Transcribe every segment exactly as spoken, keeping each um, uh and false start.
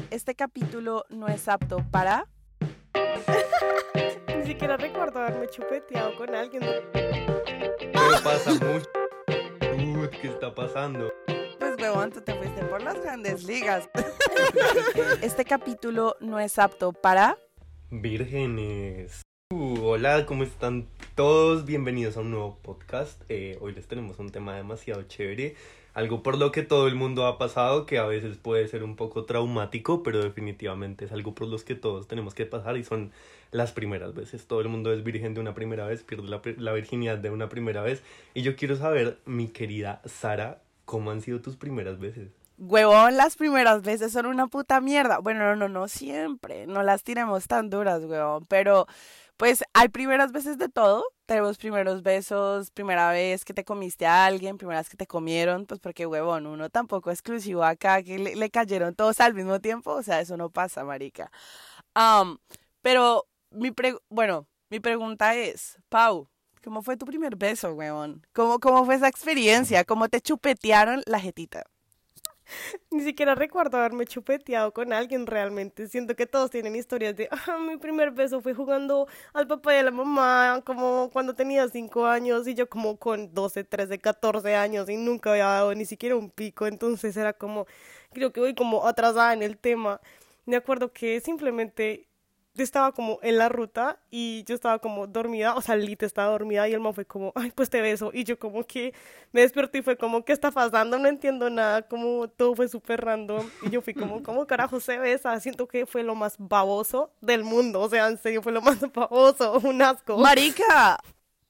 Este capítulo no es apto para... Ni siquiera recuerdo haberme chupeteado con alguien. Pero pasa mucho. Uy, ¿qué está pasando? Pues huevón, tú te fuiste por las grandes ligas. Este capítulo no es apto para... Vírgenes. Uh, hola, ¿cómo están todos? Bienvenidos a un nuevo podcast. Eh, hoy les tenemos un tema demasiado chévere. Algo por lo que todo el mundo ha pasado, que a veces puede ser un poco traumático, pero definitivamente es algo por los que todos tenemos que pasar y son las primeras veces. Todo el mundo es virgen de una primera vez, pierde la, la virginidad de una primera vez. Y yo quiero saber, mi querida Sara, ¿cómo han sido tus primeras veces? Huevón, las primeras veces son una puta mierda. Bueno, no, no, no siempre. No las tiremos tan duras, huevón. Pero, pues, hay primeras veces de todo. Tenemos primeros besos, primera vez que te comiste a alguien, primera vez que te comieron. Pues porque, huevón, uno tampoco es exclusivo acá, que le, le cayeron todos al mismo tiempo. O sea, eso no pasa, marica. Um, pero, mi pre bueno, mi pregunta es, Pau, ¿cómo fue tu primer beso, huevón? ¿Cómo, cómo fue esa experiencia? ¿Cómo te chupetearon la jetita? Ni siquiera recuerdo haberme chupeteado con alguien realmente. Siento que todos tienen historias de, ah, mi primer beso fue jugando al papá y a la mamá, como cuando tenía cinco años y yo como con doce, trece, catorce años y nunca había dado ni siquiera un pico. Entonces era como, creo que voy como atrasada en el tema. Me acuerdo que simplemente estaba como en la ruta y yo estaba como dormida, o sea, Lita estaba dormida y el man fue como, ay, pues te beso. Y yo como que me desperté y fue como, ¿qué está pasando? No entiendo nada, como todo fue súper random. Y yo fui como, ¿cómo carajo se besa? Siento que fue lo más baboso del mundo, o sea, en serio, fue lo más baboso, un asco. Marica,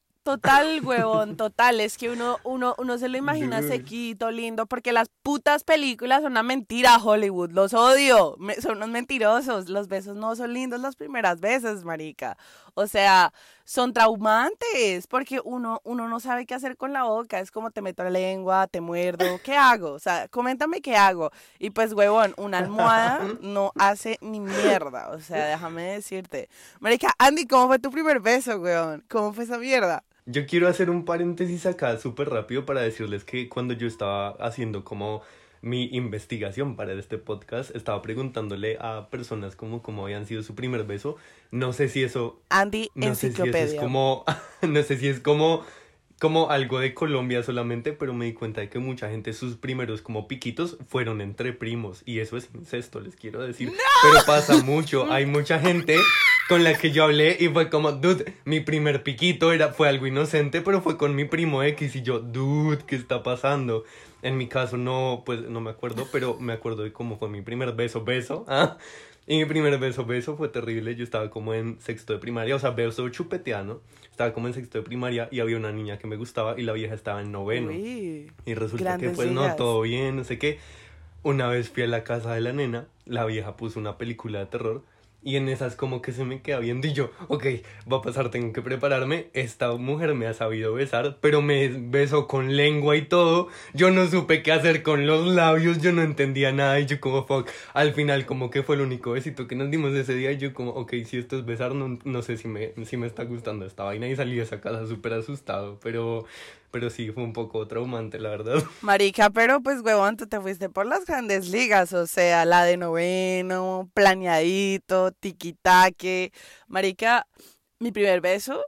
total, huevón, total, es que uno, uno, uno se lo imagina sequito, lindo, porque las putas películas son una mentira, Hollywood, los odio, me, son unos mentirosos, los besos no son lindos las primeras veces, marica, o sea, son traumantes, porque uno, uno no sabe qué hacer con la boca, es como te meto la lengua, te muerdo, ¿qué hago? O sea, coméntame qué hago, y pues, huevón, una almohada no hace ni mierda, o sea, déjame decirte, marica, Andy, ¿cómo fue tu primer beso, huevón? ¿Cómo fue esa mierda? Yo quiero hacer un paréntesis acá súper rápido para decirles que cuando yo estaba haciendo como mi investigación para este podcast, estaba preguntándole a personas como cómo habían sido su primer beso. No sé si eso... Andy, no sé si eso enciclopedia. es como... no sé si es como... como algo de Colombia solamente, pero me di cuenta de que mucha gente, sus primeros como piquitos fueron entre primos, y eso es incesto, les quiero decir. ¡No! Pero pasa mucho, hay mucha gente con la que yo hablé y fue como, dude, mi primer piquito era, fue algo inocente, pero fue con mi primo X, y yo, dude, ¿qué está pasando? En mi caso no, pues no me acuerdo, pero me acuerdo de cómo fue mi primer beso, beso, ¿ah? Y mi primer beso, beso fue terrible. Yo estaba como en sexto de primaria, o sea, beso chupeteano. Estaba como en sexto de primaria y había una niña que me gustaba y la vieja estaba en noveno. Uy, y resulta que pues no, todo bien, no sé qué. Una vez fui a la casa de la nena, la vieja puso una película de terror. Y en esas como que se me queda viendo y yo, ok, va a pasar, tengo que prepararme. Esta mujer me ha sabido besar, pero me besó con lengua y todo. Yo no supe qué hacer con los labios, yo no entendía nada y yo como fuck. Al final como que fue el único besito que nos dimos ese día y yo como, ok, si esto es besar, no, no sé si me, si me está gustando esta vaina. Y salí de esa casa súper asustado, pero... Pero sí, fue un poco traumante, la verdad. Marica, pero pues, huevón, tú te fuiste por las grandes ligas, o sea, la de noveno, planeadito, tiquitaque. Marica, mi primer beso,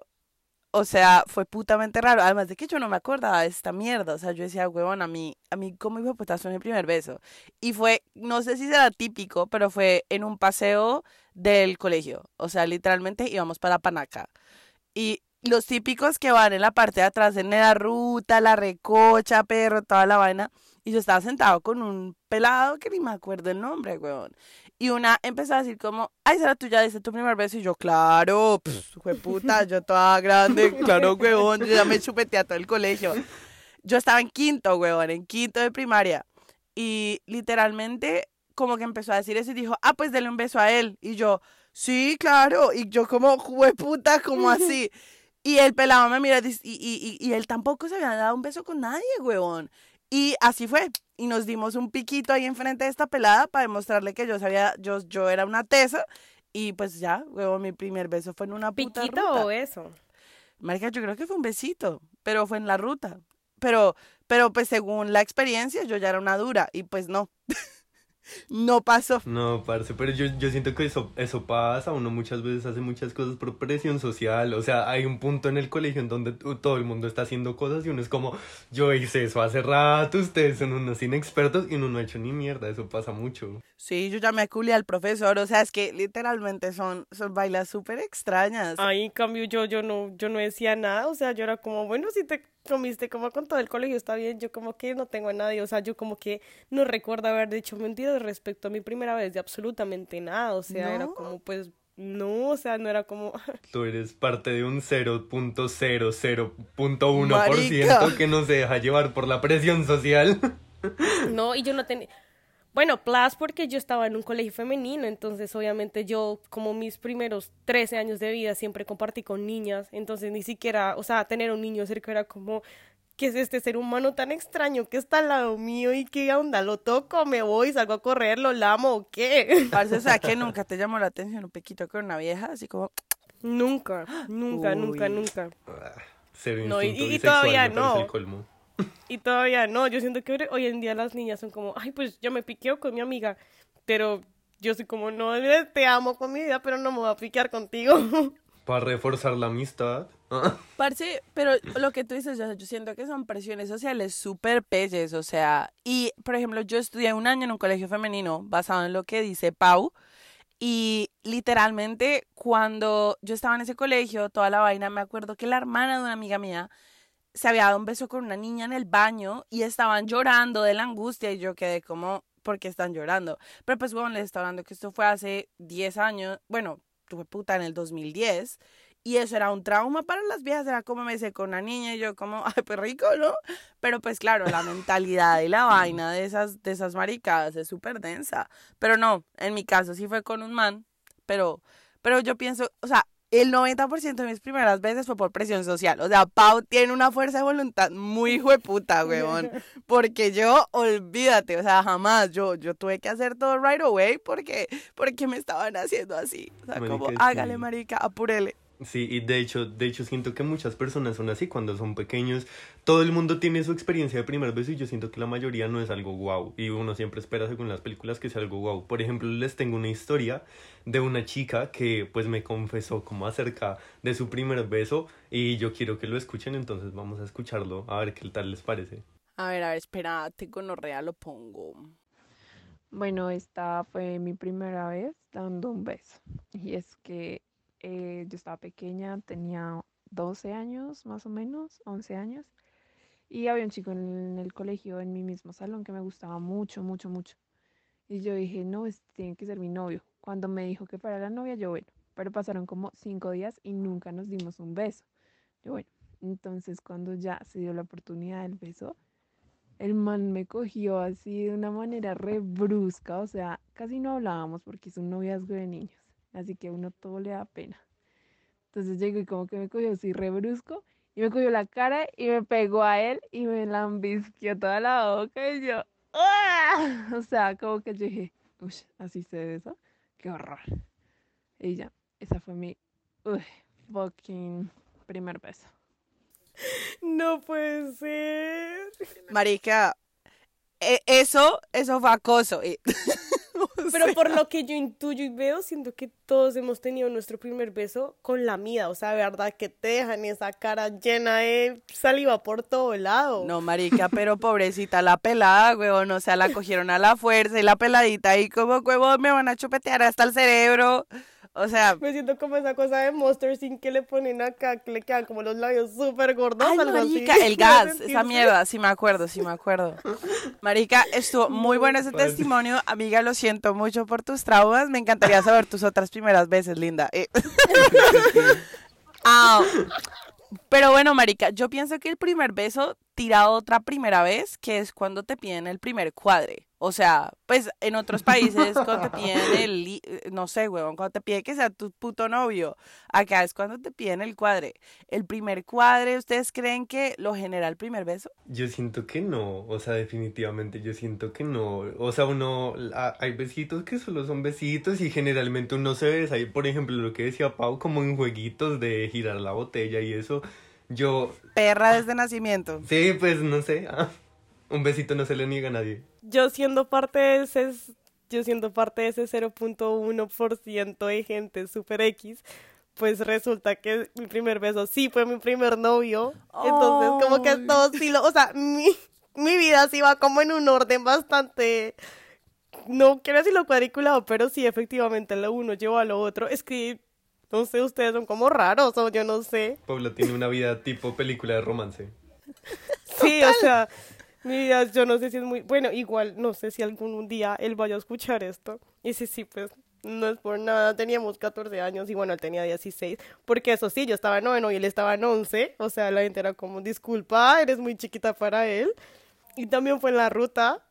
o sea, fue putamente raro. Además de que yo no me acordaba de esta mierda, o sea, yo decía, huevón, a mí, a mí como hijo de puta fue mi primer beso. Y fue, no sé si será típico, pero fue en un paseo del colegio. O sea, literalmente íbamos para Panaca. Y... los típicos que van en la parte de atrás, en la ruta, la recocha, perro, toda la vaina. Y yo estaba sentado con un pelado que ni me acuerdo el nombre, weón. Y una empezó a decir como, ay, ¿será tú ya diste tu primer beso? Y yo, claro, fue puta, yo toda grande, claro, weón, yo ya me chupeteé a todo el colegio. Yo estaba en quinto, weón, en quinto de primaria. Y literalmente como que empezó a decir eso y dijo, ah, pues dele un beso a él. Y yo, sí, claro. Y yo como, jueputa, como así. Y el pelado me mira y, y, y, y él tampoco se había dado un beso con nadie, huevón. Y así fue. Y nos dimos un piquito ahí enfrente de esta pelada para demostrarle que yo sabía, yo, yo era una tesa. Y pues ya, huevón, mi primer beso fue en una puta ¿Piquito ruta. o eso? Marica, yo creo que fue un besito, pero fue en la ruta. Pero, pero pues según la experiencia, yo ya era una dura. Y pues no. No pasó. No, parce, pero yo, yo siento que eso, eso pasa, uno muchas veces hace muchas cosas por presión social, o sea, hay un punto en el colegio en donde t- todo el mundo está haciendo cosas y uno es como, yo hice eso hace rato, ustedes son unos inexpertos y uno no ha hecho ni mierda, eso pasa mucho. Sí, yo ya me culé al profesor, o sea, es que literalmente son, son bailas súper extrañas. Ahí, en cambio, yo, yo no, yo no decía nada, o sea, yo era como, bueno, si te comiste como con todo el colegio, está bien, yo como que no tengo a nadie, o sea, yo como que no recuerdo haber dicho mentiras respecto a mi primera vez de absolutamente nada, o sea, era ¿No? como, pues, no, o sea, no era como, Tú eres parte de un cero punto cero cero punto uno por Marica. ciento que no se deja llevar por la presión social. no, y yo no tenía, bueno, plus porque yo estaba en un colegio femenino, entonces obviamente yo como mis primeros trece años de vida siempre compartí con niñas, entonces ni siquiera, o sea, tener un niño cerca era como, ¿qué es este ser humano tan extraño que está al lado mío y qué onda? ¿Lo toco, me voy, salgo a correr, lo lamo o qué? Parce, o sea, que nunca te llamó la atención un pequito con una vieja, así como... Nunca, nunca, nunca, Uy. nunca. Cero No, y- instinto y bisexual todavía me parece no. el colmo. Y todavía no, yo siento que hoy en día las niñas son como, ay, pues yo me piqueo con mi amiga, pero yo soy como, no, te amo con mi vida, pero no me voy a piquear contigo. Para reforzar la amistad. Parce, pero lo que tú dices, yo, yo siento que son presiones sociales súper pelles, o sea, y por ejemplo, yo estudié un año en un colegio femenino basado en lo que dice Pau, y literalmente cuando yo estaba en ese colegio, toda la vaina, me acuerdo que la hermana de una amiga mía se había dado un beso con una niña en el baño y estaban llorando de la angustia y yo quedé como, ¿por qué están llorando? Pero pues bueno, les estaba hablando que esto fue hace diez años, bueno, tuve puta en el dos mil diez y eso era un trauma para las viejas, era como me besé con una niña y yo como, ay, pues rico, ¿no? Pero pues claro, la mentalidad y la vaina de esas, de esas maricadas es súper densa, pero no, en mi caso sí fue con un man, pero, pero yo pienso, o sea, el noventa por ciento de mis primeras veces fue por presión social. O sea, Pau tiene una fuerza de voluntad muy hijueputa, weón. Porque yo, olvídate, o sea, jamás. Yo, yo tuve que hacer todo right away porque, porque me estaban haciendo así. O sea, Marica, como, sí. hágale, marica, apúrele. Sí, y de hecho, de hecho siento que muchas personas son así cuando son pequeños. Todo el mundo tiene su experiencia de primer beso y yo siento que la mayoría no es algo guau. Y uno siempre espera, según las películas, que sea algo guau. Por ejemplo, les tengo una historia de una chica que pues me confesó como acerca de su primer beso y yo quiero que lo escuchen, entonces vamos a escucharlo a ver qué tal les parece. A ver, a ver, espérate, gonorrea lo pongo. Bueno, esta fue mi primera vez dando un beso. Y es que eh, yo estaba pequeña, tenía doce años más o menos, once años. Y había un chico en el colegio, en mi mismo salón, que me gustaba mucho, mucho, mucho. Y yo dije, no, este tiene que ser mi novio. Cuando me dijo que fuera la novia, yo bueno. Pero pasaron como cinco días y nunca nos dimos un beso. Yo bueno. Entonces cuando ya se dio la oportunidad del beso, el man me cogió así de una manera re brusca, o sea, casi no hablábamos porque es un noviazgo de niños, así que a uno todo le da pena. Entonces llegó y como que me cogió así re brusco y me cogió la cara y me pegó a él y me lambisqueó toda la boca y yo, ¡ah! O sea, como que yo dije, uy, así se besa, qué horror. Y ya, esa fue mi, uy, fucking primer beso. No puede ser. Marica, e- eso, eso fue acoso. eh. O Pero sea, por lo que yo intuyo y veo, siento que todos hemos tenido nuestro primer beso con la mida. O sea, de verdad que te dejan esa cara llena de saliva por todo lado. No, marica, pero pobrecita la pelada, huevón, o sea, la cogieron a la fuerza y la peladita ahí como, huevón, me van a chupetear hasta el cerebro. O sea, Me siento como esa cosa de Monster sin que le ponen acá, que le quedan como los labios súper gordos, ay, algo marica, así. el gas, esa mierda, sí me acuerdo, sí me acuerdo. Marica, estuvo muy bueno ese parce. testimonio, amiga, lo siento mucho por tus traumas, me encantaría saber tus otras primeras veces, linda. Eh. Ah, pero bueno, marica, yo pienso que el primer beso tira otra primera vez, que es cuando te piden el primer cuadre. O sea, pues en otros países cuando te piden el, li- eh, no sé, huevón, cuando te piden que sea tu puto novio. Acá es cuando te piden el cuadre. El primer cuadre, ¿ustedes creen que lo genera el primer beso? Yo siento que no, o sea, definitivamente yo siento que no. O sea, uno, a- hay besitos que solo son besitos y generalmente uno se besa. Y por ejemplo, lo que decía Pau, como en jueguitos de girar la botella y eso, yo, Perra desde nacimiento. sí, pues no sé, ah, un besito no se le niega a nadie. Yo siendo parte de ese yo siendo parte de ese cero punto uno por ciento de gente super X, pues resulta que mi primer beso sí fue mi primer novio. Entonces, como que Ay. todo sí lo, o sea, mi, mi vida sí va como en un orden bastante, no quiero decirlo cuadriculado, pero sí, efectivamente, lo uno llevó a lo otro. Es que, no sé, ustedes son como raros, o yo no sé. Paula tiene una vida tipo película de romance. Sí, o sea, mi vida, yo no sé si es muy, bueno, igual, no sé si algún día él vaya a escuchar esto. Y sí, sí, pues, no es por nada, teníamos catorce años y bueno, él tenía dieciséis, porque eso sí, yo estaba en noveno y él estaba en once, o sea, la gente era como, disculpa, eres muy chiquita para él. Y también fue en la ruta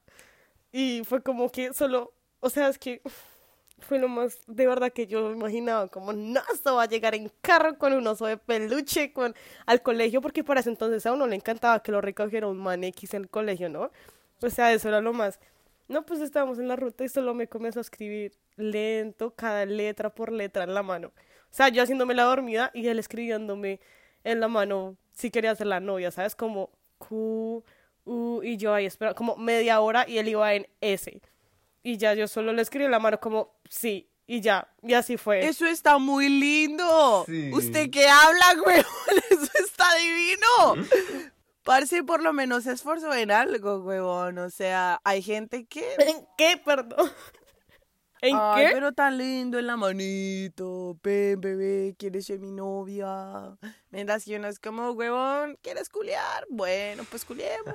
y fue como que solo, o sea, es que fue lo más de verdad que yo imaginaba, como, no, esto va a llegar en carro con un oso de peluche con, al colegio, porque para ese entonces a uno le encantaba que lo recogiera un man X en el colegio, ¿no? O sea, eso era lo más. No, pues estábamos en la ruta y solo me comenzó a escribir lento, cada letra por letra en la mano. O sea, yo haciéndome la dormida y él escribiéndome en la mano si quería ser la novia, ¿sabes? Como Q, U, y yo ahí esperando como media hora y él iba en S. Y ya yo solo le escribí en la mano como sí, y ya, y así fue. Eso está muy lindo. Sí. ¿Usted qué habla, güey? Eso está divino. Parce, por lo menos se esforzó en algo, huevón. O sea, hay gente que... ¿En qué, perdón? ¿En Ay, qué? pero tan lindo en la manito. Ven, bebé, ¿quieres ser mi novia? Mientras que uno es como, huevón, ¿quieres culiar? Bueno, pues culiemos.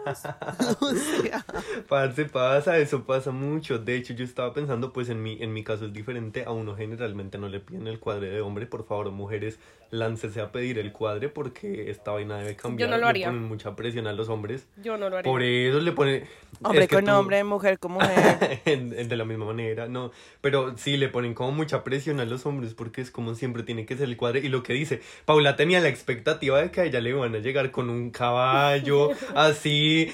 O sea, Parce, pasa, eso pasa mucho. De hecho, yo estaba pensando, pues en mi, en mi caso es diferente. A uno generalmente no le piden el cuadre de hombre. Por favor, mujeres, láncese a pedir el cuadre porque esta vaina debe cambiar. no lo Le haría. ponen mucha presión a los hombres. Yo no lo haría. Por eso le ponen... hombre es que con tú- hombre, mujer con mujer. en- en- de la misma manera, no, pero sí le ponen como mucha presión a los hombres porque es como siempre tiene que ser el cuadre y lo que dice, Paula tenía la expectativa de que a ella le iban a llegar con un caballo, así,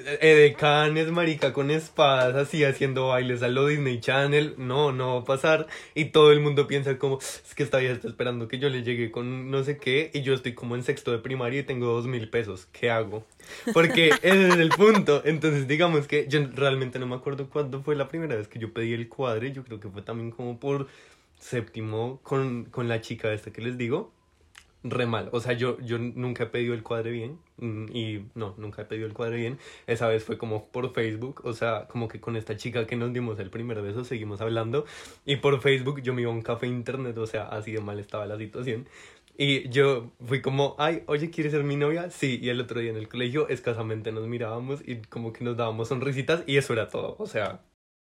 edecanes, marica, con espadas, así, haciendo bailes a lo Disney Channel, no, no va a pasar y todo el mundo piensa como, es que esta vieja está esperando que yo le llegue con no sé qué y yo estoy como en sexto de primaria y tengo dos mil pesos, ¿qué hago? Porque ese es el punto. Entonces, digamos que yo realmente no me acuerdo cuándo fue la primera vez que yo pedí el cuadre. Yo creo que fue también como por séptimo con, con la chica esta que les digo. Re mal. O sea, yo, yo nunca he pedido el cuadre bien. mm, Y no, nunca he pedido el cuadre bien. Esa vez fue como por Facebook. O sea, como que con esta chica que nos dimos el primer beso seguimos hablando. Y por Facebook yo me iba a un café internet. O sea, así de mal estaba la situación. Y yo fui como, ay, oye, ¿quieres ser mi novia? Sí, y el otro día en el colegio escasamente nos mirábamos y como que nos dábamos sonrisitas y eso era todo, o sea...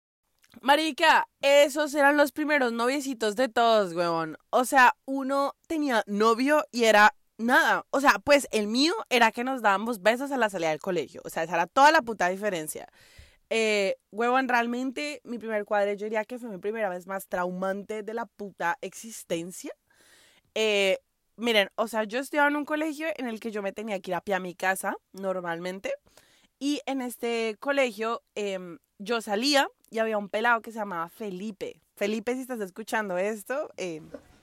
Marica, esos eran los primeros noviecitos de todos, huevón. O sea, uno tenía novio y era nada. O sea, pues el mío era que nos dábamos besos a la salida del colegio. O sea, esa era toda la puta diferencia. Eh, huevón, realmente mi primer cuadre yo diría que fue mi primera vez más traumante de la puta existencia. Eh, miren, o sea, yo estudiaba en un colegio en el que yo me tenía que ir a pie a mi casa, normalmente. Y en este colegio em, yo salía y había un pelado que se llamaba Felipe. Felipe, si estás escuchando esto, eh,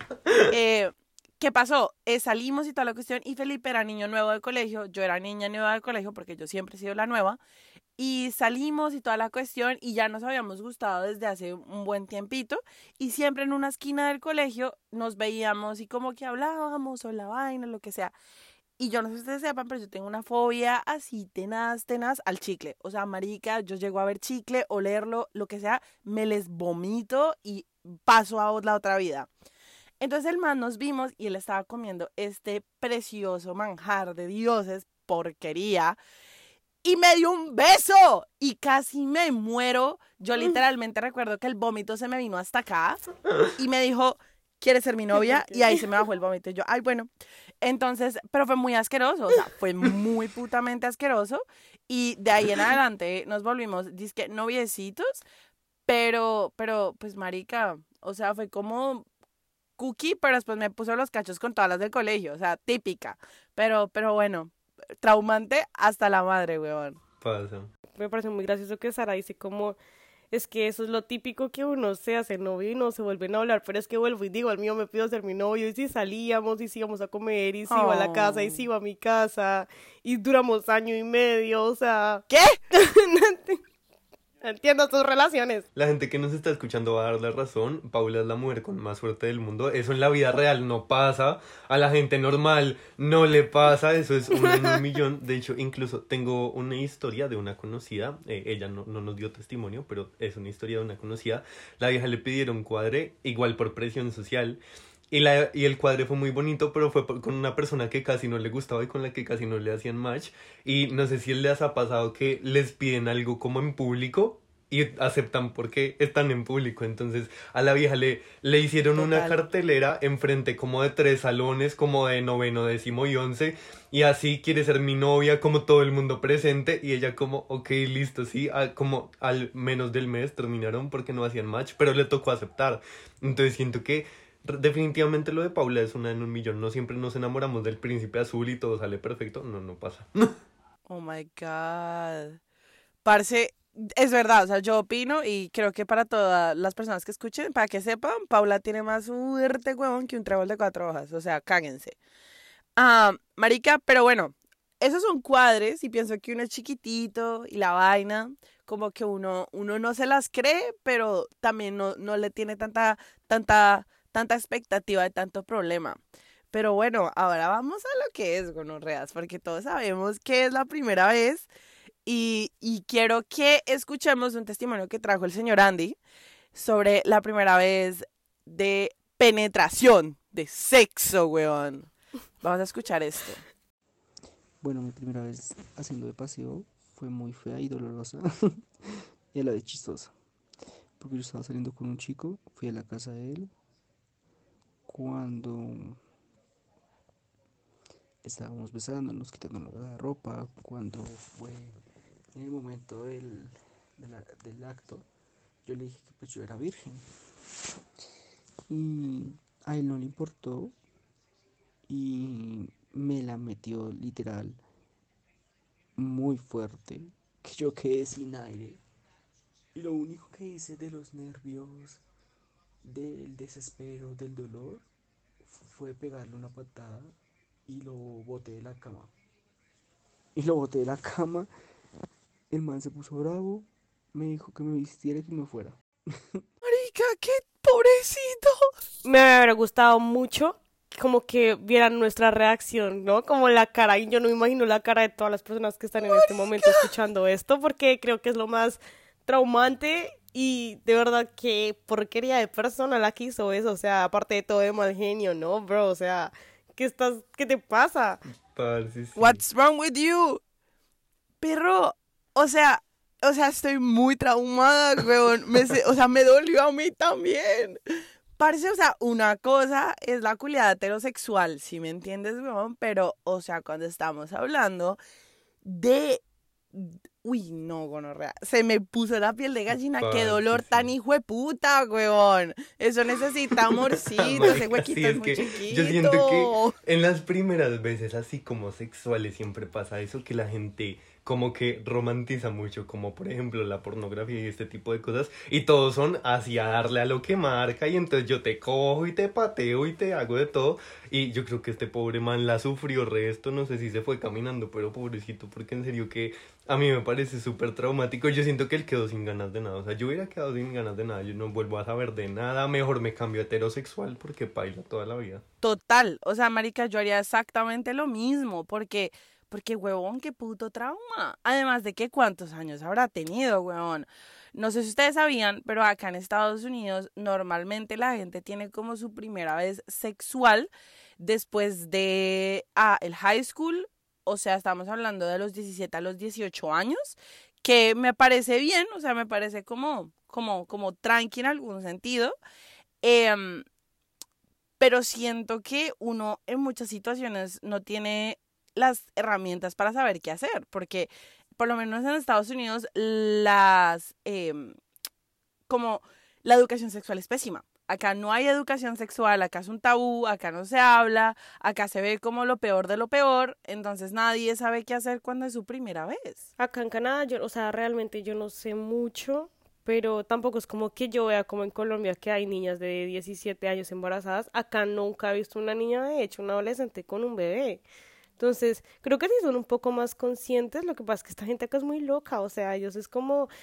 eh, ¿qué pasó? Eh, salimos y toda la cuestión y Felipe era niño nuevo del colegio, yo era niña nueva del colegio porque yo siempre he sido la nueva. Y salimos y toda la cuestión y ya nos habíamos gustado desde hace un buen tiempito y siempre en una esquina del colegio nos veíamos y como que hablábamos o la vaina, lo que sea. Y yo no sé si ustedes sepan, pero yo tengo una fobia así tenaz, tenaz al chicle. O sea, marica, yo llego a ver chicle, olerlo, lo que sea, me les vomito y paso a la otra vida. Entonces el man nos vimos y él estaba comiendo este precioso manjar de dioses, porquería, y me dio un beso y casi me muero. Yo literalmente recuerdo que el vómito se me vino hasta acá y me dijo, ¿quieres ser mi novia? Y ahí se me bajó el vómito y yo, ay, bueno. Entonces, pero fue muy asqueroso, o sea, fue muy putamente asqueroso y de ahí en adelante nos volvimos, dizque noviecitos, pero, pero, pues, marica, o sea, fue como cookie, pero después me puso los cachos con todas las del colegio, o sea, típica, pero, pero bueno, traumante hasta la madre, weón. Pasa. Me parece muy gracioso que Sara dice como, es que eso es lo típico que uno se hace novio y no se vuelven a hablar, pero es que vuelvo y digo, el mío me pidió ser mi novio y si salíamos y si íbamos a comer y si iba a la casa y si iba a mi casa y duramos año y medio, o sea... ¿Qué? Entiendo tus relaciones. La gente que nos está escuchando va a dar la razón. Paula es la mujer con más suerte del mundo. Eso en la vida real no pasa. A la gente normal no le pasa. Eso es uno en un millón. De hecho, incluso tengo una historia de una conocida. Eh, ella no, no nos dio testimonio, pero es una historia de una conocida. La vieja le pidieron cuadre, igual por presión social. Y, la, y el cuadre fue muy bonito, pero fue por- con una persona que casi no le gustaba y con la que casi no le hacían match. Y no sé si les ha pasado que les piden algo como en público y aceptan porque están en público. Entonces a la vieja le, le hicieron una Total. cartelera enfrente como de tres salones, como de noveno, décimo y once. Y así quiere ser mi novia, como todo el mundo presente. Y ella como, ok, listo, sí. a- como al menos del mes terminaron porque no hacían match, pero le tocó aceptar. Entonces siento que re- definitivamente lo de Paula es una en un millón. No siempre nos enamoramos del príncipe azul y todo sale perfecto. No, no pasa. Oh my God. Parce, es verdad, o sea, yo opino y creo que para todas las personas que escuchen, para que sepan, Paula tiene más suerte, huevón, que un trébol de cuatro hojas. O sea, cáguense. Ah, marica, pero bueno, esos son cuadres y pienso que uno es chiquitito y la vaina, como que uno, uno no se las cree, pero también no, no le tiene tanta, tanta, tanta expectativa de tanto problema. Pero bueno, ahora vamos a lo que es gonorreas, porque todos sabemos que es la primera vez y, y quiero que escuchemos un testimonio que trajo el señor Andy sobre la primera vez de penetración, de sexo, weón. Vamos a escuchar esto. Bueno, mi primera vez haciendo de paseo fue muy fea y dolorosa y a la vez chistosa. Porque yo estaba saliendo con un chico, fui a la casa de él cuando estábamos besándonos, quitándonos la ropa, cuando fue en el momento del, de la- del acto, yo le dije que pues yo era virgen y a él no le importó y me la metió literal muy fuerte, que yo quedé sin aire. Y lo único que hice de los nervios, del desespero, del dolor, fue pegarle una patada y lo boté de la cama. Y lo boté de la cama, el man se puso bravo, me dijo que me vistiera y que me fuera. Marica, qué pobrecito. Me hubiera gustado mucho como que vieran nuestra reacción, ¿no? Como la cara, y yo no me imagino la cara de todas las personas que están en este momento escuchando esto, porque creo que es lo más traumante y de verdad qué porquería de persona la que hizo eso, o sea, aparte de todo de mal genio, ¿no, bro? O sea, ¿qué estás, qué te pasa? Parce, sí. What's wrong with you? Perro, o sea, o sea, estoy muy traumada, weón. Me, se- o sea, me dolió a mí también. Parece, o sea, una cosa es la culiada heterosexual, si me entiendes, weón, pero, o sea, cuando estamos hablando de... Uy, no, gonorrea. Se me puso la piel de gallina. Qué Parce, dolor sí. tan hijo de puta, weón. Eso necesita amorcito. Ese Marica, huequito sí, es es muy que chiquito. yo siento que en las primeras veces así como sexuales siempre pasa eso, que la gente como que romantiza mucho, como por ejemplo la pornografía y este tipo de cosas, y todos son hacia darle a lo que marca, y entonces yo te cojo y te pateo y te hago de todo, y yo creo que este pobre man la sufrió resto, no sé si se fue caminando, pero pobrecito, porque en serio que a mí me parece súper traumático. Yo siento que él quedó sin ganas de nada. O sea, yo hubiera quedado sin ganas de nada. Yo no vuelvo a saber de nada. Mejor me cambio a heterosexual porque paila toda la vida. Total, o sea, marica, yo haría exactamente lo mismo, porque, porque, huevón, qué puto trauma. Además de que cuántos años habrá tenido, huevón. No sé si ustedes sabían, pero acá en Estados Unidos normalmente la gente tiene como su primera vez sexual después de ah, el high school, o sea, estamos hablando de los diecisiete a los dieciocho años, que me parece bien, o sea, me parece como, como, como tranqui en algún sentido. Em, pero siento que uno en muchas situaciones no tiene las herramientas para saber qué hacer, porque por lo menos en Estados Unidos las em, como la educación sexual es pésima. Acá no hay educación sexual, acá es un tabú, acá no se habla, acá se ve como lo peor de lo peor, entonces nadie sabe qué hacer cuando es su primera vez. Acá en Canadá, yo, o sea, realmente yo no sé mucho, pero tampoco es como que yo vea como en Colombia que hay niñas de diecisiete años embarazadas. Acá nunca he visto una niña, de hecho, un adolescente con un bebé. Entonces, creo que sí son un poco más conscientes. Lo que pasa es que esta gente acá es muy loca, o sea, ellos es como,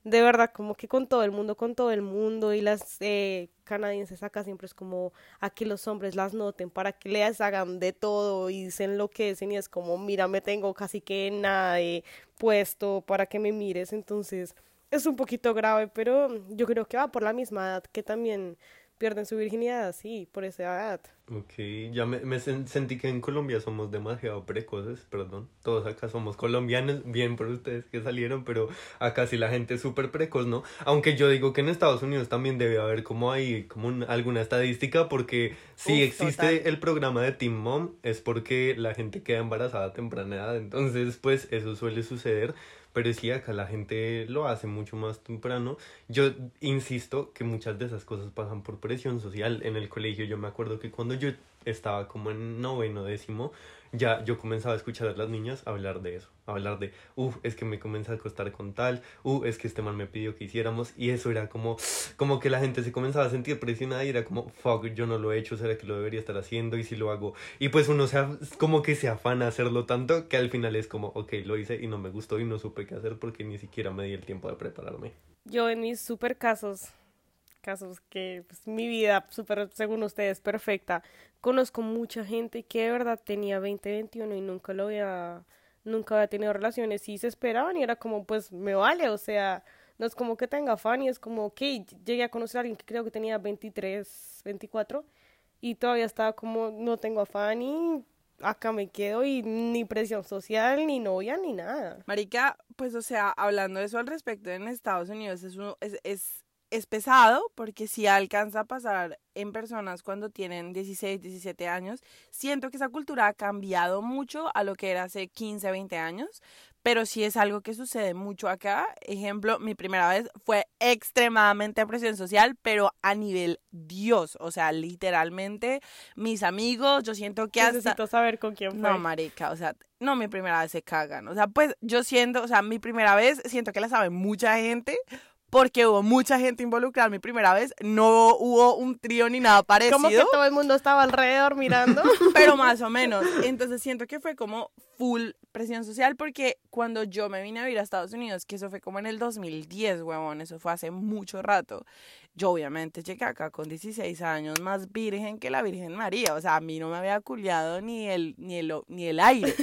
de verdad, como que con todo el mundo, con todo el mundo, y las eh, canadienses acá siempre es como a que los hombres las noten para que les hagan de todo y se enloquecen y es como, mira, me tengo casi que nada de puesto para que me mires, entonces es un poquito grave, pero yo creo que va por la misma edad que también pierden su virginidad así, por esa edad. Ok, ya me, me sen- sentí que en Colombia somos demasiado precoces, perdón. Todos acá somos colombianos, bien por ustedes que salieron, pero acá sí la gente es súper precoz, ¿no? Aunque yo digo que en Estados Unidos también debe haber como hay como un- alguna estadística, porque si Uf, existe total. el programa de Teen Mom es porque la gente queda embarazada a temprana edad, entonces pues eso suele suceder. Pero sí, acá la gente lo hace mucho más temprano. Yo insisto que muchas de esas cosas pasan por presión social. En el colegio yo me acuerdo que cuando yo estaba como en noveno décimo, ya yo comenzaba a escuchar a las niñas hablar de eso, hablar de, uff, es que me comencé a acostar con tal, uff, es que este man me pidió que hiciéramos, y eso era como, como que la gente se comenzaba a sentir presionada y era como, fuck, yo no lo he hecho, será que lo debería estar haciendo, y si lo hago, y pues uno se, af- como que se afana a hacerlo tanto que al final es como, ok, lo hice y no me gustó y no supe qué hacer porque ni siquiera me di el tiempo de prepararme. Yo en mis super casos, casos que pues, mi vida, super, según ustedes, perfecta, conozco mucha gente que de verdad tenía veinte, veintiuno y nunca lo había, nunca había tenido relaciones y se esperaban y era como, pues me vale, o sea, no es como que tenga afán y es como, ok, llegué a conocer a alguien que creo que tenía veintitrés, veinticuatro y todavía estaba como, no tengo afán y acá me quedo y ni presión social, ni novia, ni nada. Marica, pues o sea, hablando de eso al respecto en Estados Unidos es, uno, es, es, es pesado porque si alcanza a pasar en personas cuando tienen dieciséis, diecisiete años. Siento que esa cultura ha cambiado mucho a lo que era hace quince, veinte años, pero sí es algo que sucede mucho acá. Ejemplo, mi primera vez fue extremadamente presión social, pero a nivel Dios, o sea, literalmente mis amigos, yo siento que hasta... Necesito saber con quién fue. No, marica, o sea, no, mi primera vez se cagan. O sea, pues yo siento, o sea, mi primera vez siento que la sabe mucha gente porque hubo mucha gente involucrada mi primera vez. No hubo un trío ni nada parecido. Como que todo el mundo estaba alrededor mirando. Pero más o menos. Entonces siento que fue como full presión social porque cuando yo me vine a vivir a Estados Unidos, que eso fue como en el dos mil diez, huevón, eso fue hace mucho rato, yo obviamente llegué acá con dieciséis años más virgen que la Virgen María. O sea, a mí no me había culiado ni el, ni el, ni el aire.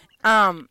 Um,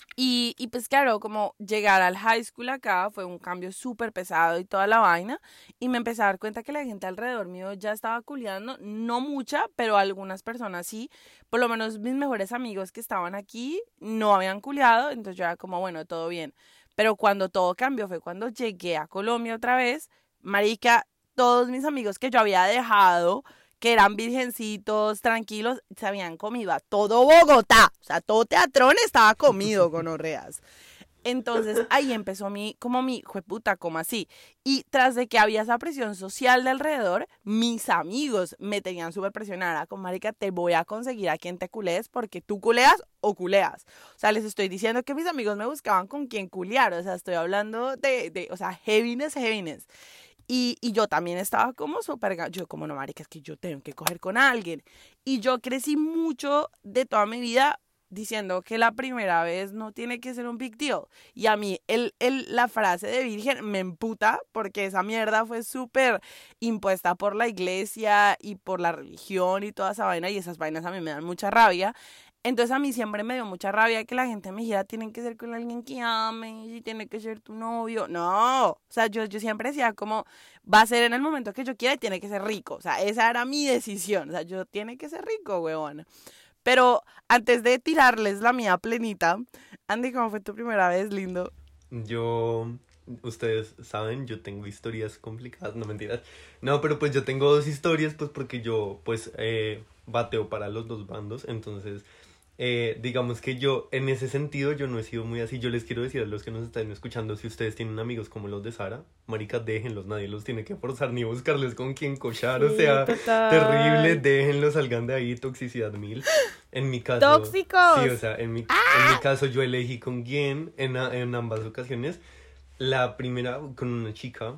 y, y pues claro, como llegar al high school acá fue un cambio súper pesado y toda la vaina. Y me empecé a dar cuenta que la gente alrededor mío ya estaba culiando, no mucha, pero algunas personas sí. Por lo menos mis mejores amigos que estaban aquí no habían culiado, entonces yo era como, bueno, todo bien. Pero cuando todo cambió fue cuando llegué a Colombia otra vez, marica, todos mis amigos que yo había dejado, que eran virgencitos, tranquilos, se habían comido a todo Bogotá. O sea, todo Teatrón estaba comido con orreas. Entonces ahí empezó mi, como mi, jueputa, como así. Y tras de que había esa presión social de alrededor, mis amigos me tenían súper presionada. Con marica, te voy a conseguir a quien te culees porque tú culeas o culeas. O sea, les estoy diciendo que mis amigos me buscaban con quien culear. O sea, estoy hablando de, de o sea, heaviness, heaviness. Y, y yo también estaba como súper, yo como no, marica, es que yo tengo que coger con alguien. Y yo crecí mucho de toda mi vida diciendo que la primera vez no tiene que ser un big deal. Y a mí el, el, la frase de virgen me emputa porque esa mierda fue súper impuesta por la iglesia y por la religión y toda esa vaina. Y esas vainas a mí me dan mucha rabia. Entonces a mí siempre me dio mucha rabia que la gente me dijera, tienen que ser con alguien que ame, y tiene que ser tu novio. No, o sea, yo, yo siempre decía como, va a ser en el momento que yo quiera y tiene que ser rico. O sea, esa era mi decisión. O sea, yo tiene que ser rico, huevón. Pero antes de tirarles la mía plenita, Andy, ¿cómo fue tu primera vez, lindo? Yo, ustedes saben, yo tengo historias complicadas, no mentiras. No, pero pues yo tengo dos historias, pues porque yo, pues, eh, bateo para los dos bandos, entonces... Eh, digamos que yo, en ese sentido, yo no he sido muy así. Yo les quiero decir a los que nos están escuchando, si ustedes tienen amigos como los de Sara, marica, déjenlos, nadie los tiene que forzar ni buscarles con quién cochar, Sí, o sea, total. terrible, déjenlos, salgan de ahí, toxicidad mil. En mi caso... ¡Tóxicos! Sí, o sea, en mi, en mi caso yo elegí con quién en, a- en ambas ocasiones. La primera con una chica,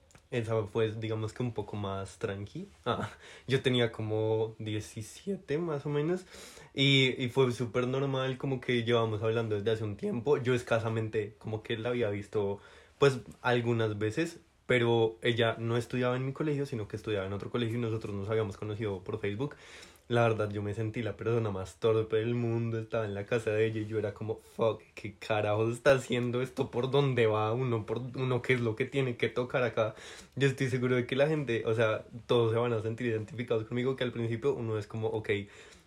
esa fue, digamos que un poco más tranqui. Ah, yo tenía como diecisiete más o menos. Y, y fue súper normal, como que llevamos hablando desde hace un tiempo. Yo escasamente como que la había visto pues algunas veces, pero ella no estudiaba en mi colegio, sino que estudiaba en otro colegio y nosotros nos habíamos conocido por Facebook. La verdad, yo me sentí la persona más torpe del mundo, estaba en la casa de ella y yo era como, fuck, ¿qué carajos está haciendo esto? ¿Por dónde va uno? ¿Por uno qué es lo que tiene que tocar acá? Yo estoy seguro de que la gente, o sea, todos se van a sentir identificados conmigo, que al principio uno es como, ok,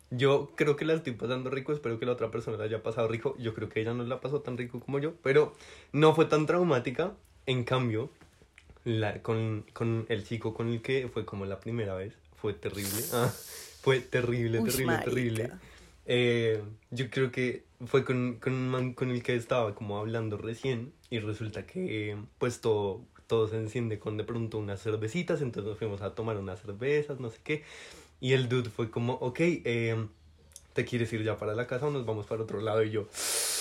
yo creo que la estoy pasando rico, espero que la otra persona la haya pasado rico, yo creo que ella no la pasó tan rico como yo, pero no fue tan traumática, en cambio, la, con, con el chico con el que fue como la primera vez, fue terrible, ah. Fue terrible, Uy, terrible, marica. terrible. Eh, yo creo que fue con, con un man con el que estaba como hablando recién y resulta que pues todo, todo se enciende con de pronto unas cervecitas, entonces nos fuimos a tomar unas cervezas, no sé qué. Y el dude fue como, ok, eh, ¿te quieres ir ya para la casa o nos vamos para otro lado? Y yo,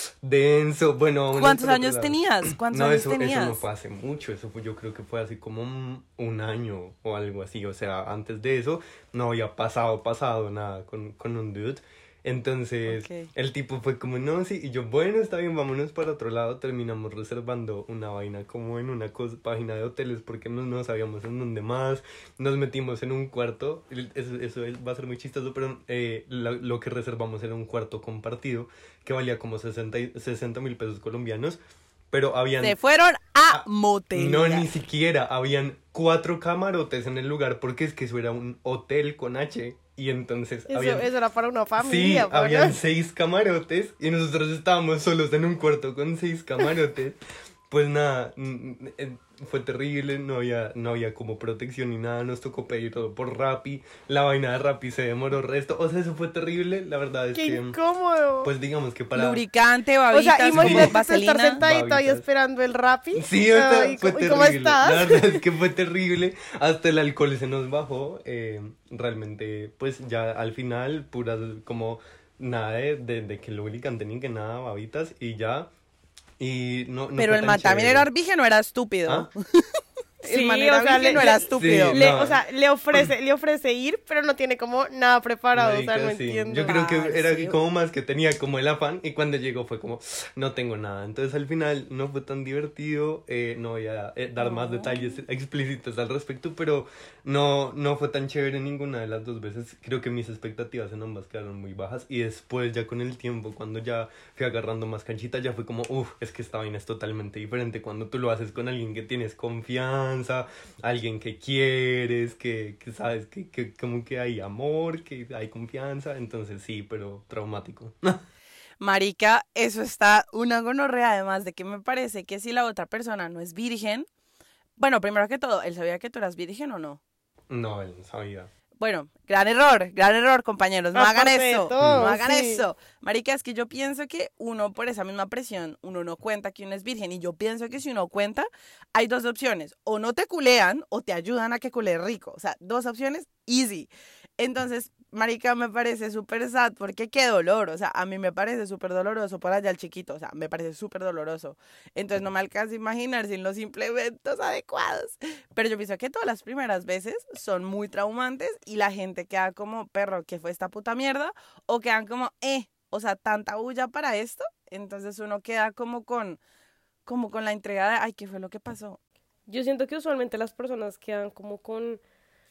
denso, bueno. vámonos ¿Cuántos para otro años lado. tenías? ¿Cuántos No, años eso, tenías? eso no fue hace mucho, eso fue, yo creo que fue así como un, un año o algo así, o sea, antes de eso no había pasado, pasado nada con, con un dude, entonces Ok. el tipo fue como, no, sí, y yo, bueno, está bien, vámonos para otro lado, terminamos reservando una vaina como en una cosa, página de hoteles porque no, no sabíamos en dónde más, nos metimos en un cuarto, eso, eso es- va a ser muy chistoso, pero eh, lo, lo que reservamos era un cuarto compartido que valía como sesenta mil pesos colombianos, pero habían... Se fueron a Ah, motel. No, ni siquiera. Habían cuatro camarotes en el lugar porque es que eso era un hotel con H. Y entonces Eso, habían... eso era para una Sí, familia. para- habían seis camarotes y nosotros estábamos solos en un cuarto con seis camarotes. Pues nada, mm, eh, fue terrible, no había, no había como protección ni nada, nos tocó pedir todo por Rappi, la vaina de Rappi se demoró resto, o sea, eso fue terrible, la verdad es ¡Qué que, incómodo! pues digamos que para... Lubricante, O babitas, sea, como imagínate tú estar vaselina. sentadito ahí Babitas. esperando el Rappi. Sí, o sea, Ay, fue ¿y terrible. cómo estás? La verdad es que fue terrible. Hasta el alcohol se nos bajó. eh, realmente, pues ya al final, puras como nada de, de, de que lubricante ni que nada, babitas y ya. Y no, no Pero fue el tan man también chévere. era virgen, no era estúpido. ¿Ah? El Sí, man era o sea, virgen, le- no era le- estúpido. Sí, Le, no. o sea, le ofrece, le ofrece ir, pero no tiene como nada preparado, o sea, Marica, no sí. entiendo. Yo creo que Ay, era sí. como más que tenía como el afán y cuando llegó fue como no tengo nada. Entonces al final no fue tan divertido, eh, no voy a eh, dar más No. detalles explícitos al respecto, pero no, no fue tan chévere ninguna de las dos veces. Creo que mis expectativas en ambas quedaron muy bajas y después ya con el tiempo, cuando ya fui agarrando más canchita, ya fue como, uff, es que esta vaina es totalmente diferente cuando tú lo haces con alguien que tienes confianza, alguien que quieres, que, que sabes que, que como que hay amor, que hay confianza, entonces sí, pero traumático. Marica, eso está una gonorrea, además de que me parece que si la otra persona no es virgen, bueno, primero que todo, ¿él sabía que tú eras virgen o no? No, él no sabía. Bueno, gran error, gran error, compañeros. No hagan Aparte de eso, todo, no hagan sí. eso. Marica, es que yo pienso que uno, por esa misma presión, uno no cuenta que uno es virgen. Y yo pienso que si uno cuenta, hay dos opciones. O no te culean o te ayudan a que culees rico. O sea, dos opciones, easy. Entonces, marica, me parece súper sad porque qué dolor. O sea, a mí me parece súper doloroso por allá el chiquito. O sea, me parece súper doloroso. Entonces, no me alcanzo a imaginar sin los implementos adecuados. Pero yo pienso que todas las primeras veces son muy traumantes y la gente queda como, perro, ¿qué fue esta puta mierda? O quedan como, eh, o sea, tanta bulla para esto. Entonces uno queda como con, como con la entrega de, ay, ¿qué fue lo que pasó? Yo siento que usualmente las personas quedan como con,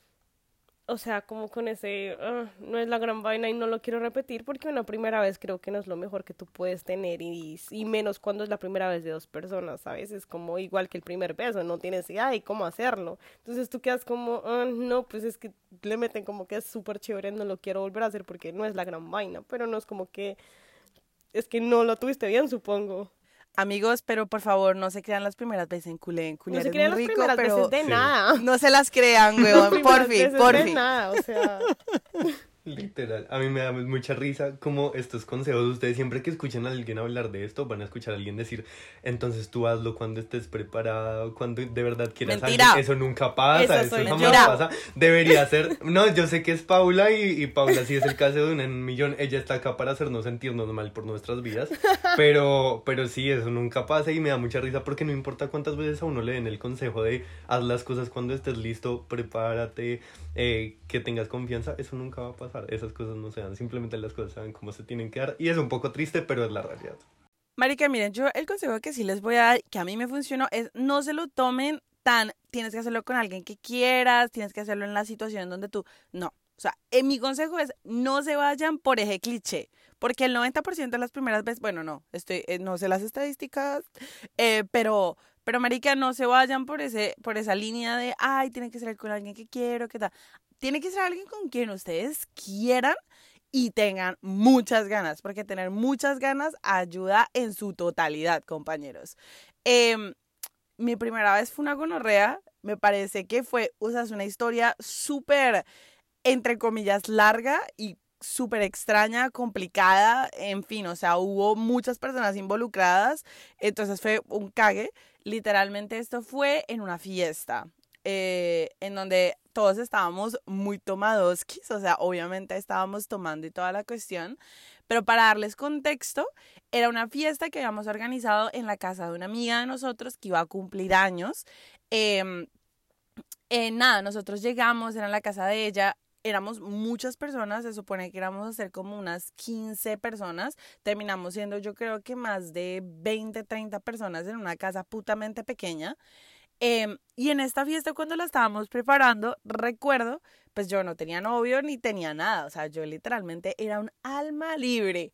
o sea, como con ese, "Ah, no es la gran vaina y no lo quiero repetir", porque una primera vez creo que no es lo mejor que tú puedes tener y, y menos cuando es la primera vez de dos personas, ¿sabes? Es como igual que el primer beso, no tienes idea de cómo hacerlo. Entonces tú quedas como, "Ah, no, pues es que le meten como que es súper chévere, no lo quiero volver a hacer porque no es la gran vaina", pero no es como que, es que no lo tuviste bien, supongo. Amigos, pero por favor, no se crean las primeras veces en culé. En culé No se es crean muy las rico, primeras pero veces de Sí. nada. no se las crean, Las weón. primeras Porfi, veces de porfi. nada, o sea... Literal, a mí me da mucha risa como estos consejos. Ustedes siempre que escuchan a alguien hablar de esto, van a escuchar a alguien decir, entonces tú hazlo cuando estés preparado, cuando de verdad quieras Mentira. algo. Eso nunca pasa, Eso eso, soy jamás mentira. pasa. Debería ser, no, yo sé que es Paula y, y Paula sí es el caso de una en un millón. Ella está acá para hacernos sentirnos mal por nuestras vidas, pero, pero sí, eso nunca pasa y me da mucha risa porque no importa cuántas veces a uno le den el consejo de haz las cosas cuando estés listo, prepárate, eh, que tengas confianza, eso nunca va a pasar. Esas cosas no se dan, simplemente las cosas saben cómo se tienen que dar y es un poco triste, pero es la realidad. Marica, miren, yo el consejo que sí les voy a dar, que a mí me funcionó, es no se lo tomen tan, tienes que hacerlo con alguien que quieras, tienes que hacerlo en la situación donde tú, no. O sea, eh, mi consejo es no se vayan por ese cliché, porque el noventa por ciento de las primeras veces, bueno, no, estoy, eh, no sé las estadísticas, eh, pero, pero marica, no se vayan por ese, por esa línea de, ay, tiene que ser con alguien que quiero, qué tal. Tiene que ser alguien con quien ustedes quieran y tengan muchas ganas, porque tener muchas ganas ayuda en su totalidad, compañeros. Eh, mi primera vez fue una gonorrea, me parece que fue, o sea, es una historia súper, entre comillas, larga y súper extraña, complicada, en fin, o sea, hubo muchas personas involucradas, entonces fue un cague. Literalmente esto fue en una fiesta, eh, en donde todos estábamos muy tomadoskis, o sea, obviamente estábamos tomando y toda la cuestión, pero para darles contexto, era una fiesta que habíamos organizado en la casa de una amiga de nosotros que iba a cumplir años. Eh, eh, nada, nosotros llegamos, era en la casa de ella, éramos muchas personas, se supone que éramos a ser como unas quince personas, terminamos siendo yo creo que más de veinte, treinta personas en una casa putamente pequeña. Eh, y en esta fiesta cuando la estábamos preparando, recuerdo, pues yo no tenía novio ni tenía nada, o sea, yo literalmente era un alma libre.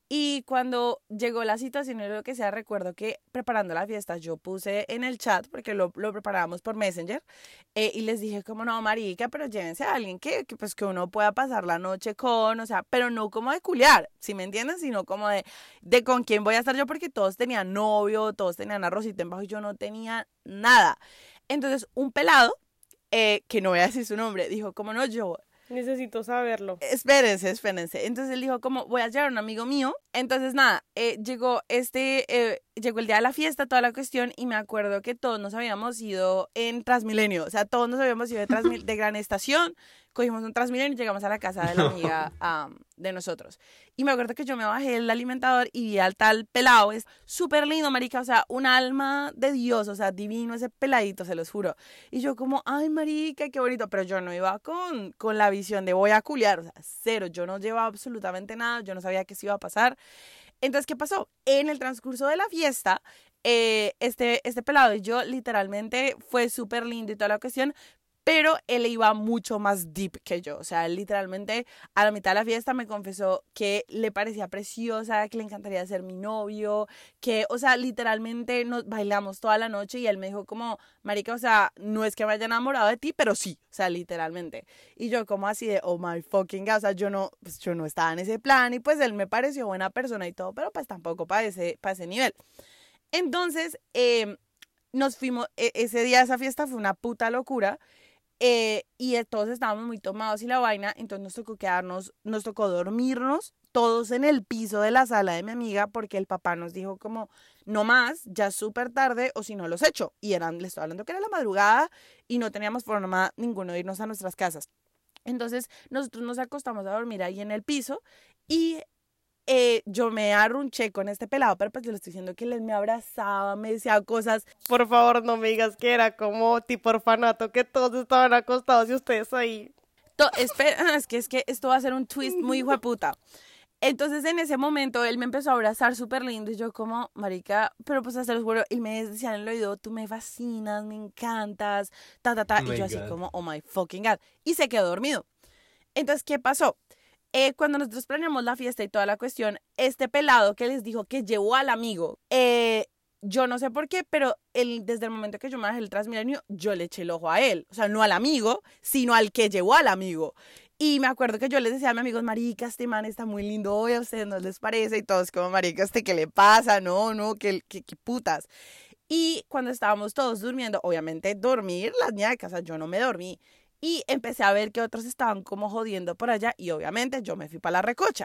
Y cuando llegó la situación y lo que sea, recuerdo que preparando la fiesta yo puse en el chat, porque lo, lo preparábamos por Messenger, eh, y les dije como, no, marica, pero llévense a alguien que, que, pues, que uno pueda pasar la noche con, o sea, pero no como de culiar, ¿sí me entienden? Sino como de, de con quién voy a estar yo, porque todos tenían novio, todos tenían arrocito en bajo y yo no tenía nada. Entonces, un pelado, eh, que no voy a decir su nombre, dijo, como no, yo... Necesito saberlo. Espérense, espérense. Entonces él dijo como, voy a llevar a un amigo mío. Entonces nada, eh, llegó este, eh, llegó el día de la fiesta, toda la cuestión, y me acuerdo que todos nos habíamos ido en Transmilenio. O sea, todos nos habíamos ido de, Transmil de Gran Estación, cogimos un Transmilenio y llegamos a la casa de la amiga um, de nosotros. Y me acuerdo que yo me bajé del alimentador y vi al tal pelado, es súper lindo, marica, o sea, un alma de Dios, o sea, divino ese peladito, se los juro. Y yo como, ay, marica, qué bonito, pero yo no iba con, con la visión de voy a culiar, o sea, cero, yo no llevaba absolutamente nada, yo no sabía qué se iba a pasar. Entonces, ¿qué pasó? En el transcurso de la fiesta, eh, este, este pelado y yo, literalmente, fue súper lindo y toda la cuestión, pero él iba mucho más deep que yo, o sea, él literalmente a la mitad de la fiesta me confesó que le parecía preciosa, que le encantaría ser mi novio, que, o sea, literalmente nos bailamos toda la noche y él me dijo como, marica, o sea, no es que me haya enamorado de ti, pero sí, o sea, literalmente. Y yo como así de, oh my fucking God, o sea, yo no, pues yo no estaba en ese plan y pues él me pareció buena persona y todo, pero pues tampoco para ese, para ese nivel. Entonces, eh, nos fuimos, e- ese día esa fiesta fue una puta locura. Eh, y todos estábamos muy tomados y la vaina, entonces nos tocó quedarnos, nos tocó dormirnos todos en el piso de la sala de mi amiga porque el papá nos dijo como, no más, ya es súper tarde o si no los echo. Y eran, les estoy hablando que era la madrugada y no teníamos forma ninguno de irnos a nuestras casas. Entonces nosotros nos acostamos a dormir ahí en el piso y eh, yo me arrunché con este pelado, pero pues yo le estoy diciendo que él me abrazaba, me decía cosas. Por favor, no me digas que era como tipo orfanato, que todos estaban acostados y ustedes ahí. To- espera, es que, es que esto va a ser un twist muy hijo de puta. Entonces en ese momento él me empezó a abrazar súper lindo y yo como, marica, pero pues hasta los juro, él me decía en el oído, tú me fascinas, me encantas, ta, ta, ta, Oh y my yo así God. como, oh my fucking God, y se quedó dormido. Entonces, ¿qué pasó? Eh, cuando nosotros planeamos la fiesta y toda la cuestión, este pelado que les dijo que llevó al amigo, eh, yo no sé por qué, pero él, desde el momento que yo me bajé el Transmilenio, yo le eché el ojo a él. O sea, no al amigo, sino al que llevó al amigo. Y me acuerdo que yo les decía a mis amigos, marica, este man está muy lindo hoy, ¿a ustedes no les parece? Y todos como, marica, ¿este qué le pasa? No, no, qué, qué, qué putas. Y cuando estábamos todos durmiendo, obviamente dormir, las ñacas, o sea, yo no me dormí. Y empecé a ver que otros estaban como jodiendo por allá y obviamente yo me fui para la recocha.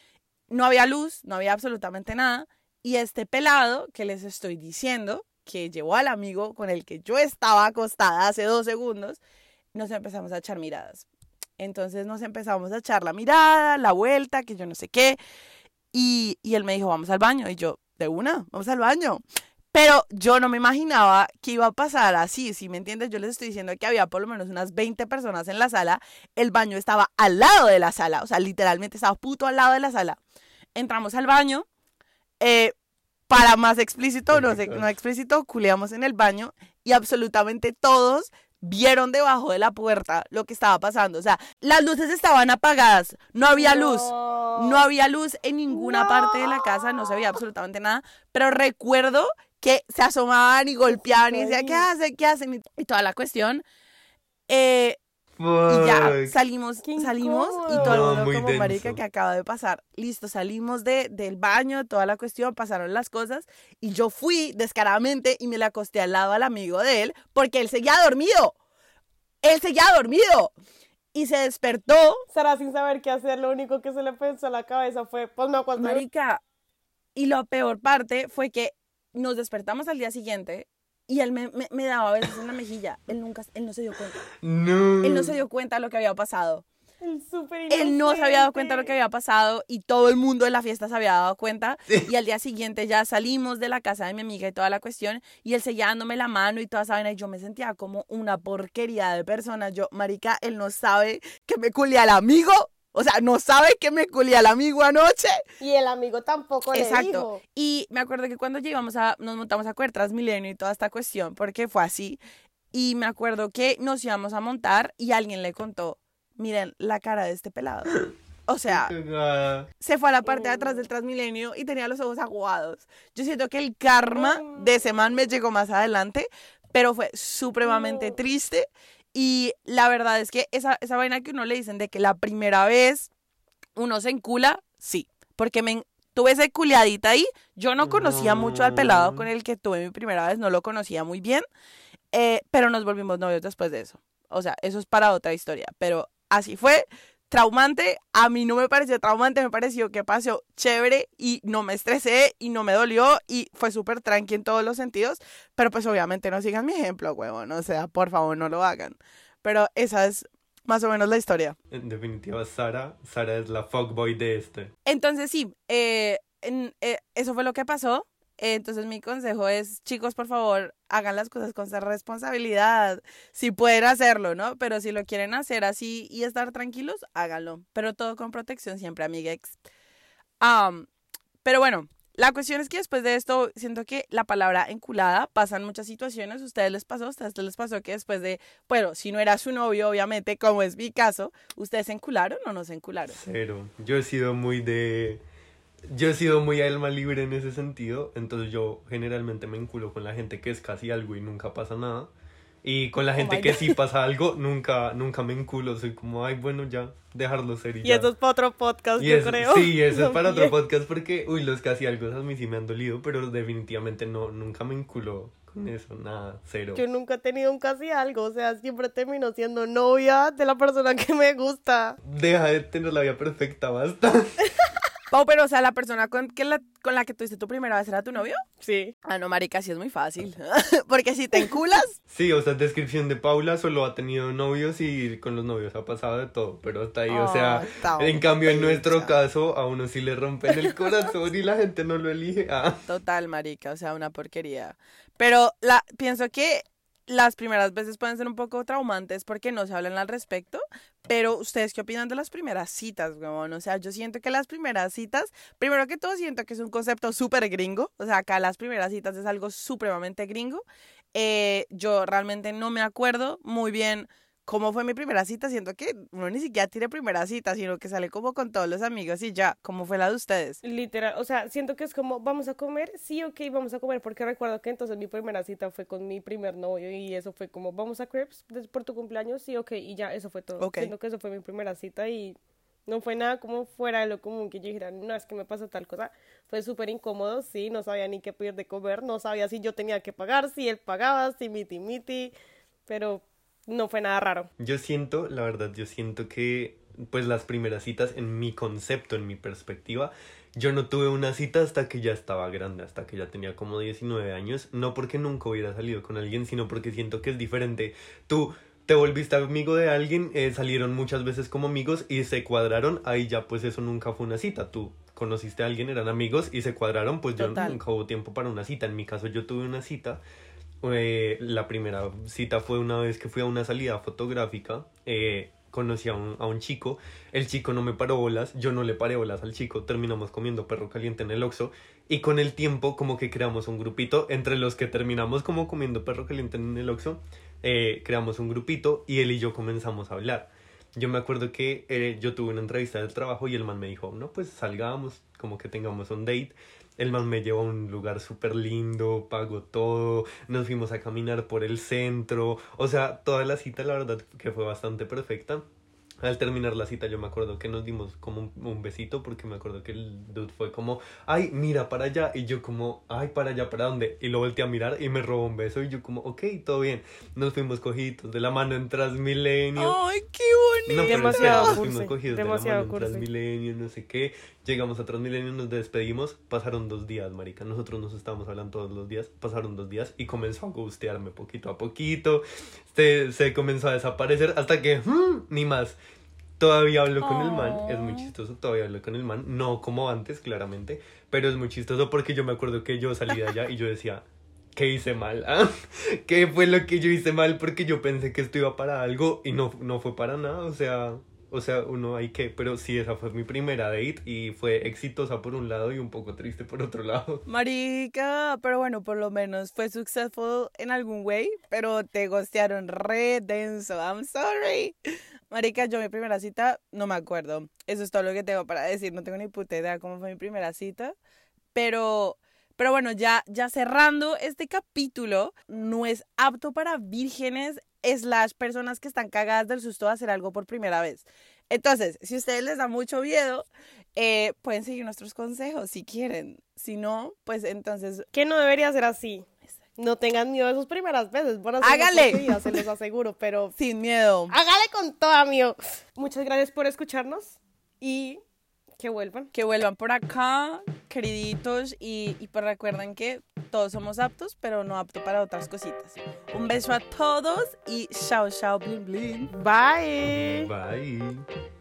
No había luz, no había absolutamente nada. Y este pelado que les estoy diciendo, que llevó al amigo con el que yo estaba acostada hace dos segundos, nos empezamos a echar miradas. Entonces nos empezamos a echar la mirada, la vuelta, que yo no sé qué. Y, y él me dijo, vamos al baño. Y yo, de una, vamos al baño. Pero yo no me imaginaba que iba a pasar así, ¿sí me entiendes? Yo les estoy diciendo que había por lo menos unas veinte personas en la sala. El baño estaba al lado de la sala, o sea, literalmente estaba puto al lado de la sala. Entramos al baño, eh, para más explícito, no sé, no explícito, culeamos en el baño y absolutamente todos vieron debajo de la puerta lo que estaba pasando. O sea, las luces estaban apagadas, no había luz. No había luz en ninguna No. parte de la casa, no se veía absolutamente nada. Pero recuerdo que se asomaban y golpeaban y decían, ¿qué hacen? ¿Qué hacen? Y toda la cuestión. Eh, y ya Fuck. salimos, Qué salimos y incómodo. todo el No, mundo muy como denso. marica que acaba de pasar. Listo, salimos de, del baño, toda la cuestión, pasaron las cosas y yo fui descaradamente y me le acosté al lado al amigo de él porque él seguía dormido. Él seguía dormido y se despertó. Sara, sin saber qué hacer, lo único que se le pensó a la cabeza fue, pues me acuerdo. Marica, y la peor parte fue que nos despertamos al día siguiente y él me, me, me daba besos en la mejilla. Él nunca, él no se dio cuenta. No. Él no se dio cuenta de lo que había pasado. El súper Él no se había dado cuenta de lo que inocente. había pasado y todo el mundo de la fiesta se había dado cuenta. Y al día siguiente ya salimos de la casa de mi amiga y toda la cuestión y él seguía dándome la mano y toda esa vaina y yo me sentía como una porquería de persona. Yo, marica, él no sabe que me culé al amigo. O sea, no sabe que me culé al amigo anoche. Y el amigo tampoco le Exacto. dijo. Y me acuerdo que cuando llegamos a, nos montamos a coger Transmilenio y toda esta cuestión, porque fue así. Y me acuerdo que nos íbamos a montar y alguien le contó, miren la cara de este pelado. O sea, Cagada. se fue a la parte de atrás del Transmilenio y tenía los ojos aguados. Yo siento que el karma de ese man me llegó más adelante, pero fue supremamente No. triste. Y la verdad es que esa, esa vaina que uno le dicen de que la primera vez uno se encula, sí. Porque me en- tuve esa culiadita ahí. Yo no conocía mucho al pelado con el que tuve mi primera vez, no lo conocía muy bien. eh, pero nos volvimos novios después de eso. O sea, eso es para otra historia. Pero así fue. Traumante, a mí no me pareció traumante, me pareció que pasó chévere y no me estresé y no me dolió y fue súper tranqui en todos los sentidos, pero pues obviamente no sigan mi ejemplo, huevón, o sea, por favor no lo hagan. Pero esa es más o menos la historia. En definitiva, Sara, Sara es la fuckboy de este. Entonces sí, eh, en- eh, eso fue lo que pasó. Eh, Entonces mi consejo es, chicos, por favor, hagan las cosas con responsabilidad, si pueden hacerlo, ¿no? Pero si lo quieren hacer así y estar tranquilos, háganlo. Pero todo con protección siempre, amiguex. Am, pero bueno, la cuestión es que después de esto, siento que la palabra enculada pasa en muchas situaciones. ¿Ustedes les pasó? ¿A ustedes les pasó que después de, bueno, si no era su novio, obviamente, como es mi caso, ¿ustedes se encularon o no se encularon? Cero. Yo he sido muy de... Yo he sido muy alma libre en ese sentido, entonces yo generalmente me enculo con la gente que es casi algo y nunca pasa nada. Y con la gente my que God. sí pasa algo, nunca, nunca me enculo. Soy como, ay, bueno, ya, dejarlo ser y, Y ya. eso es para otro podcast, Y yo eso- creo. Sí, eso es para otro También. podcast porque, uy, los casi algo a mí sí me han dolido, pero definitivamente no, nunca me enculo con eso, nada, cero. Yo nunca he tenido un casi algo, o sea, siempre termino siendo novia de la persona que me gusta. Deja de tener la vida perfecta, basta. Pau, pero o sea, la persona con, que la, con la que tuviste tu primera vez era tu novio. Sí. Ah, no, marica, sí es muy fácil. Porque si te enculas, Sí, o sea, descripción de Paula, solo ha tenido novios y con los novios ha pasado de todo, pero hasta ahí, o sea, Oh, tan en cambio en nuestro bella. caso a uno sí le rompen el corazón y la gente no lo elige. Ah. total, marica, o sea, una porquería. Pero la, pienso que las primeras veces pueden ser un poco traumantes porque no se hablan al respecto. Pero, ¿ustedes qué opinan de las primeras citas, weón? O sea, yo siento que las primeras citas, primero que todo, siento que es un concepto súper gringo. O sea, acá las primeras citas es algo supremamente gringo. Eh, yo realmente no me acuerdo muy bien cómo fue mi primera cita. Siento que uno ni siquiera tiene primera cita, sino que sale como con todos los amigos y ya. ¿Cómo fue la de ustedes? Literal, o sea, siento que es como, vamos a comer, sí, ok, vamos a comer, porque recuerdo que entonces mi primera cita fue con mi primer novio y eso fue como, vamos a crepes des- por tu cumpleaños, sí, ok, y ya, eso fue todo. Ok. Siento que eso fue mi primera cita y no fue nada como fuera de lo común que yo dijera, no, es que me pasa tal cosa. Fue súper incómodo, sí, no sabía ni qué pedir de comer, no sabía si yo tenía que pagar, si él pagaba, si miti miti, pero no fue nada raro. Yo siento, la verdad, yo siento que pues las primeras citas en mi concepto, en mi perspectiva, yo no tuve una cita hasta que ya estaba grande, hasta que ya tenía como diecinueve años, no porque nunca hubiera salido con alguien, sino porque siento que es diferente. Tú te volviste amigo de alguien, eh, salieron muchas veces como amigos y se cuadraron, ahí ya pues eso nunca fue una cita. Tú conociste a alguien, eran amigos y se cuadraron, pues yo Total. nunca hubo tiempo para una cita. En mi caso yo tuve una cita. Eh, la primera cita fue una vez que fui a una salida fotográfica eh, conocí a un, a un chico, el chico no me paró bolas, yo no le paré bolas al chico, terminamos comiendo perro caliente en el Oxxo y con el tiempo como que creamos un grupito, entre los que terminamos como comiendo perro caliente en el Oxxo, eh, creamos un grupito y él y yo comenzamos a hablar. Yo me acuerdo que eh, yo tuve una entrevista del trabajo y el man me dijo, no, pues salgamos, como que tengamos un date. El man me llevó a un lugar súper lindo, pagó todo, nos fuimos a caminar por el centro. O sea, toda la cita la verdad que fue bastante perfecta. Al terminar la cita yo me acuerdo que nos dimos como un, un besito porque me acuerdo que el dude fue como, ay, mira para allá. Y yo como, ay, para allá, ¿para dónde? Y lo volteé a mirar y me robó un beso y yo como, ok, todo bien. Nos fuimos cogidos de la mano en Transmilenio. ¡Ay, qué bonito! No, pero Demasiado es que nos cursi, fuimos cogidos demasiado de la mano en cursi. Transmilenio, no sé qué. Llegamos a Transmilenio, nos despedimos. Pasaron dos días, marica. Nosotros nos estábamos hablando todos los días. Pasaron dos días y comenzó a gustearme poquito a poquito. Se, se comenzó a desaparecer hasta que, hmm, ni más. Todavía hablo con el man, es muy chistoso, todavía hablo con el man, no como antes, claramente, pero es muy chistoso porque yo me acuerdo que yo salí de allá y yo decía, ¿qué hice mal? ¿Ah? ¿Qué fue lo que yo hice mal? Porque yo pensé que esto iba para algo y no, no fue para nada, o sea, o sea, uno hay que, pero sí, esa fue mi primera date y fue exitosa por un lado y un poco triste por otro lado. Marica, pero bueno, por lo menos fue successful en algún way, pero te gostearon re denso, I'm sorry. Marica, yo mi primera cita, no me acuerdo. Eso es todo lo que tengo para decir. No tengo ni puta idea cómo fue mi primera cita. Pero, pero bueno, ya, ya cerrando este capítulo, no es apto para vírgenes slash personas que están cagadas del susto de hacer algo por primera vez. Entonces, si a ustedes les da mucho miedo, eh, pueden seguir nuestros consejos si quieren. Si no, pues entonces... Que no debería ser así. No tengan miedo de sus primeras veces. Van a ser ¡Hágale! porquerías, se los aseguro, pero Sin miedo. hágale con todo, amigo. Muchas gracias por escucharnos y que vuelvan. Que vuelvan por acá, queriditos, y, y pues recuerden que todos somos aptos, pero no apto para otras cositas. Un beso a todos y chao, chao, blin, blin. Bye. Bye.